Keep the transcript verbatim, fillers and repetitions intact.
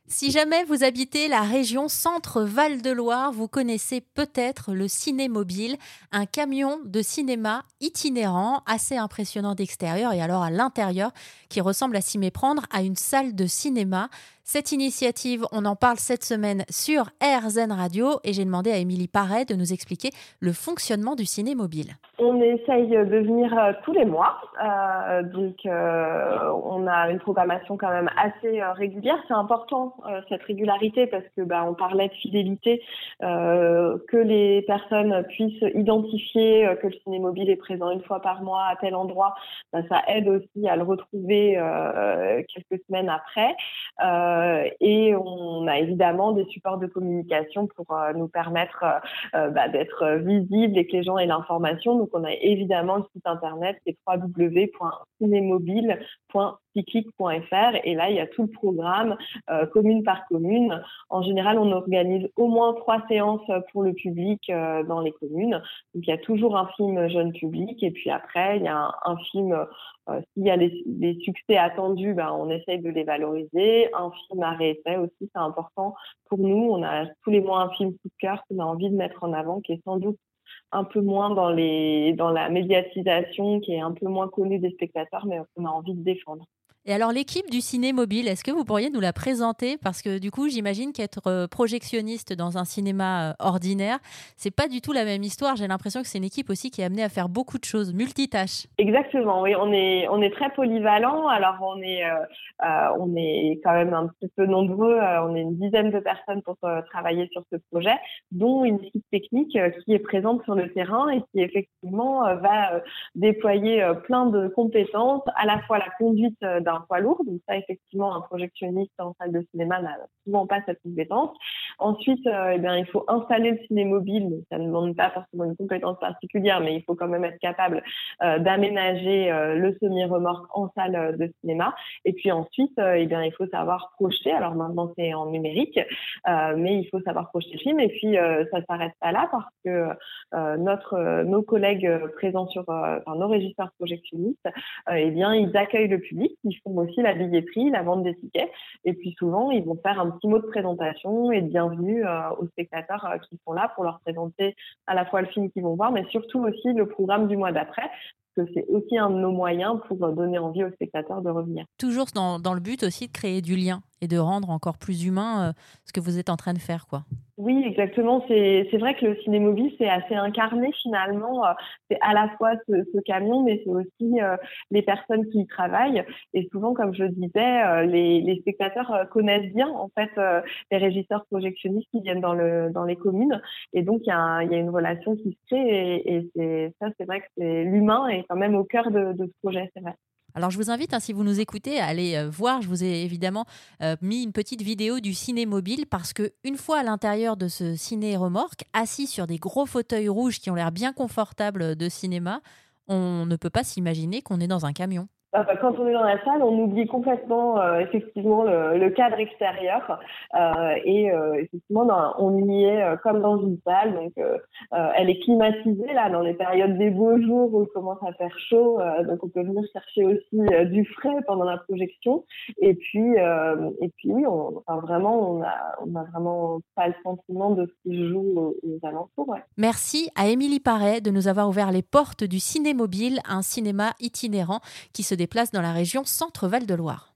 Si jamais vous habitez la région Centre-Val de Loire, vous connaissez peut-être le Cinémobile, un camion de cinéma itinérant assez impressionnant d'extérieur et alors à l'intérieur qui ressemble à s'y méprendre à une salle de cinéma. Cette initiative, on en parle cette semaine sur AirZen Radio et j'ai demandé à Émilie Paré de nous expliquer le fonctionnement du Cinémobile. On essaye de venir euh, tous les mois, euh, donc euh, on a une programmation quand même assez euh, régulière. C'est important euh, cette régularité parce que bah, on parlait de fidélité, euh, que les personnes puissent identifier euh, que le Cinémobile est présent une fois par mois à tel endroit. Bah, ça aide aussi à le retrouver euh, quelques semaines après. Euh, et on a évidemment des supports de communication pour euh, nous permettre euh, bah, d'être visibles et que les gens aient l'information. Donc, on a évidemment le site internet qui est w w w point cinémobile point cyclique point f r et là, il y a tout le programme euh, commune par commune. En général, on organise au moins trois séances pour le public euh, dans les communes. Donc, il y a toujours un film jeune public et puis après, il y a un, un film, euh, s'il y a des, des succès attendus, ben, on essaye de les valoriser. Un film à réessai aussi, c'est important pour nous. On a tous les mois un film coup de cœur qu'on a envie de mettre en avant, qui est sans doute un peu moins dans les dans la médiatisation, qui est un peu moins connue des spectateurs, mais qu'on a envie de défendre. Et alors l'équipe du Cinémobile, est-ce que vous pourriez nous la présenter? Parce que du coup, j'imagine qu'être projectionniste dans un cinéma ordinaire, c'est pas du tout la même histoire. J'ai l'impression que c'est une équipe aussi qui est amenée à faire beaucoup de choses, multitâches. Exactement, oui, on est on est très polyvalent. Alors on est euh, euh, on est quand même un petit peu nombreux. Euh, on est une dizaine de personnes pour euh, travailler sur ce projet, dont une équipe technique euh, qui est présente sur le terrain et qui effectivement euh, va euh, déployer euh, plein de compétences, à la fois la conduite euh, d'un poids lourd. Donc ça, effectivement, un projectionniste en salle de cinéma n'a souvent pas cette compétence. Ensuite, euh, eh bien, il faut installer le Cinémobile. Donc, ça ne demande pas forcément une compétence particulière, mais il faut quand même être capable euh, d'aménager euh, le semi-remorque en salle de cinéma. Et puis ensuite, euh, eh bien, il faut savoir projeter. Alors maintenant, c'est en numérique, euh, mais il faut savoir projeter le film. Et puis, euh, ça s'arrête pas là parce que euh, notre, euh, nos collègues présents sur, euh, enfin, nos régisseurs projectionnistes, euh, eh bien, ils accueillent le public. Ils font aussi la billetterie, la vente des tickets. Et puis souvent, ils vont faire un petit mot de présentation et de bienvenue euh, aux spectateurs euh, qui sont là pour leur présenter à la fois le film qu'ils vont voir, mais surtout aussi le programme du mois d'après. Parce que c'est aussi un de nos moyens pour donner envie aux spectateurs de revenir. Toujours dans, dans le but aussi de créer du lien et de rendre encore plus humain euh, ce que vous êtes en train de faire, quoi. Oui, exactement. C'est, c'est vrai que le Cinémobile, c'est assez incarné finalement. C'est à la fois ce, ce camion, mais c'est aussi euh, les personnes qui y travaillent. Et souvent, comme je le disais, euh, les, les spectateurs euh, connaissent bien en fait euh, les régisseurs projectionnistes qui viennent dans le dans les communes. Et donc, il y a, un, il y a une relation qui se crée. Et, et c'est ça, c'est vrai que c'est l'humain est quand même au cœur de, de ce projet, c'est vrai. Alors je vous invite, hein, si vous nous écoutez, à aller euh, voir. Je vous ai évidemment euh, mis une petite vidéo du Cinémobile parce que une fois à l'intérieur de ce ciné-remorque, assis sur des gros fauteuils rouges qui ont l'air bien confortables de cinéma, on ne peut pas s'imaginer qu'on est dans un camion. Quand on est dans la salle, on oublie complètement euh, effectivement le, le cadre extérieur euh, et euh, effectivement dans, on y est euh, comme dans une salle. Donc euh, euh, elle est climatisée là dans les périodes des beaux jours où il commence à faire chaud. Euh, donc on peut venir chercher aussi euh, du frais pendant la projection. Et puis euh, et puis oui, on, enfin, vraiment on a on a vraiment pas le sentiment de ce qui se joue aux, aux alentours. Ouais. Merci à Émilie Paré de nous avoir ouvert les portes du Cinémobile, un cinéma itinérant qui se déplace dans la région Centre-Val de Loire.